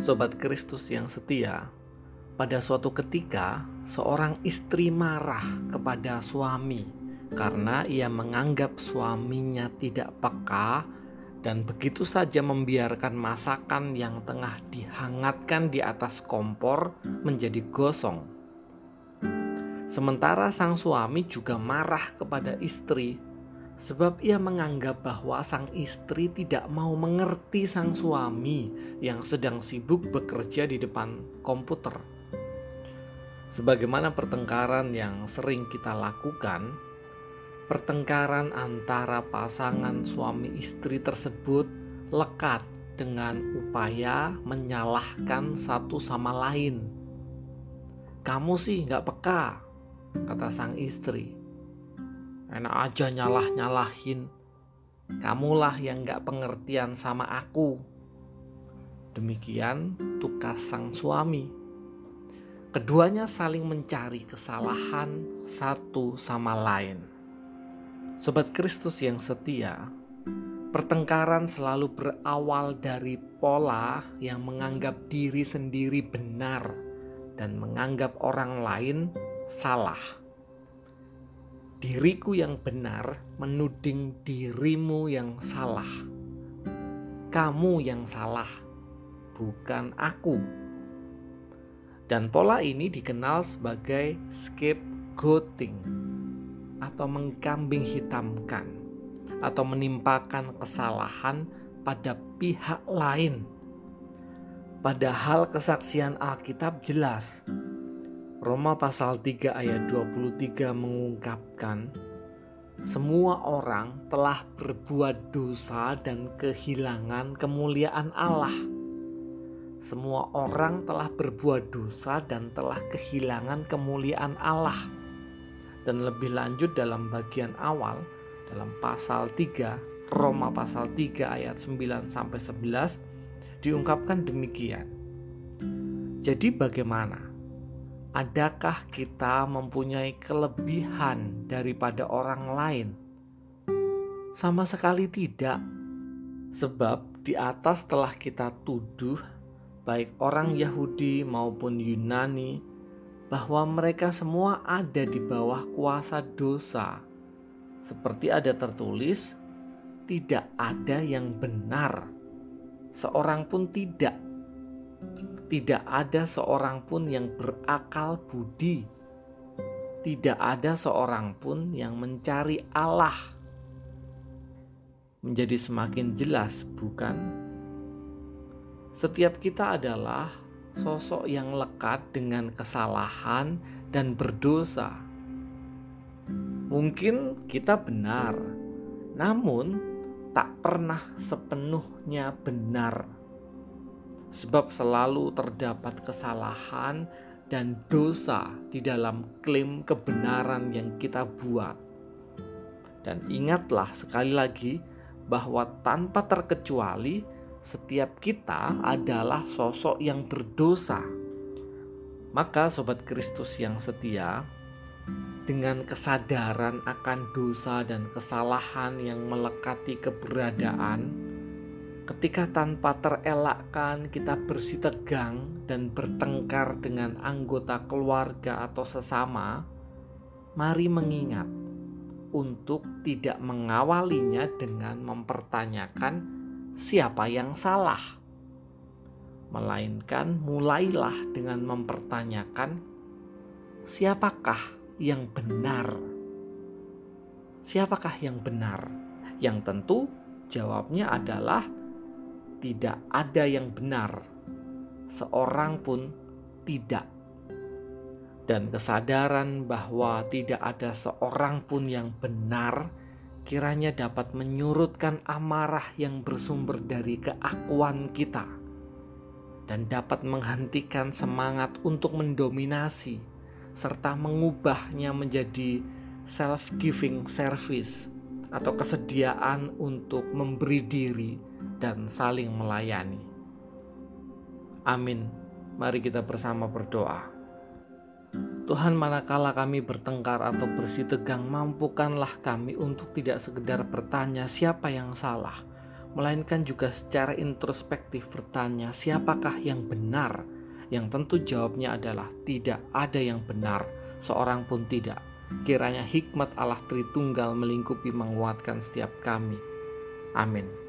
Sobat Kristus yang setia, pada suatu ketika seorang istri marah kepada suami karena ia menganggap suaminya tidak peka dan begitu saja membiarkan masakan yang tengah dihangatkan di atas kompor menjadi gosong. Sementara sang suami juga marah kepada istri sebab ia menganggap bahwa sang istri tidak mau mengerti sang suami yang sedang sibuk bekerja di depan komputer. Sebagaimana pertengkaran yang sering kita lakukan, pertengkaran antara pasangan suami istri tersebut lekat dengan upaya menyalahkan satu sama lain. "Kamu sih gak peka," kata sang istri. "Enak aja nyalah-nyalahin. Kamulah yang gak pengertian sama aku." Demikian tukas sang suami. Keduanya saling mencari kesalahan satu sama lain. Sobat Kristus yang setia, pertengkaran selalu berawal dari pola yang menganggap diri sendiri benar dan menganggap orang lain salah. Diriku yang benar menuding dirimu yang salah. Kamu yang salah, bukan aku. Dan pola ini dikenal sebagai scapegoating atau mengkambing hitamkan atau menimpakan kesalahan pada pihak lain. Padahal kesaksian Alkitab jelas. Roma pasal 3 ayat 23 mengungkapkan, semua orang telah berbuat dosa dan kehilangan kemuliaan Allah. Semua orang telah berbuat dosa dan telah kehilangan kemuliaan Allah. Dan lebih lanjut dalam bagian awal, dalam pasal 3, Roma pasal 3 ayat 9-11, diungkapkan demikian. Jadi bagaimana? Adakah kita mempunyai kelebihan daripada orang lain? Sama sekali tidak. Sebab di atas telah kita tuduh baik orang Yahudi maupun Yunani bahwa mereka semua ada di bawah kuasa dosa. Seperti ada tertulis, tidak ada yang benar, seorang pun tidak. Tidak ada seorang pun yang berakal budi. Tidak ada seorang pun yang mencari Allah. Menjadi semakin jelas, bukan? Setiap kita adalah sosok yang lekat dengan kesalahan dan berdosa. Mungkin kita benar, namun tak pernah sepenuhnya benar. Sebab selalu terdapat kesalahan dan dosa di dalam klaim kebenaran yang kita buat. Dan ingatlah sekali lagi bahwa tanpa terkecuali setiap kita adalah sosok yang berdosa. Maka Sobat Kristus yang setia, dengan kesadaran akan dosa dan kesalahan yang melekati keberadaan, ketika tanpa terelakkan kita bersitegang dan bertengkar dengan anggota keluarga atau sesama, mari mengingat untuk tidak mengawalinya dengan mempertanyakan siapa yang salah. Melainkan mulailah dengan mempertanyakan siapakah yang benar. Siapakah yang benar? Yang tentu jawabnya adalah tidak ada yang benar, seorang pun tidak. Dan kesadaran bahwa tidak ada seorang pun yang benar kiranya dapat menyurutkan amarah yang bersumber dari keakuan kita dan dapat menghentikan semangat untuk mendominasi serta mengubahnya menjadi self-giving service atau kesediaan untuk memberi diri dan saling melayani. Amin. Mari kita bersama berdoa. Tuhan, manakala kami bertengkar atau bersitegang, mampukanlah kami untuk tidak sekedar bertanya siapa yang salah, melainkan juga secara introspektif bertanya, siapakah yang benar? Yang tentu jawabnya adalah tidak ada yang benar, seorang pun tidak. Kiranya hikmat Allah Tritunggal melingkupi menguatkan setiap kami. Amin.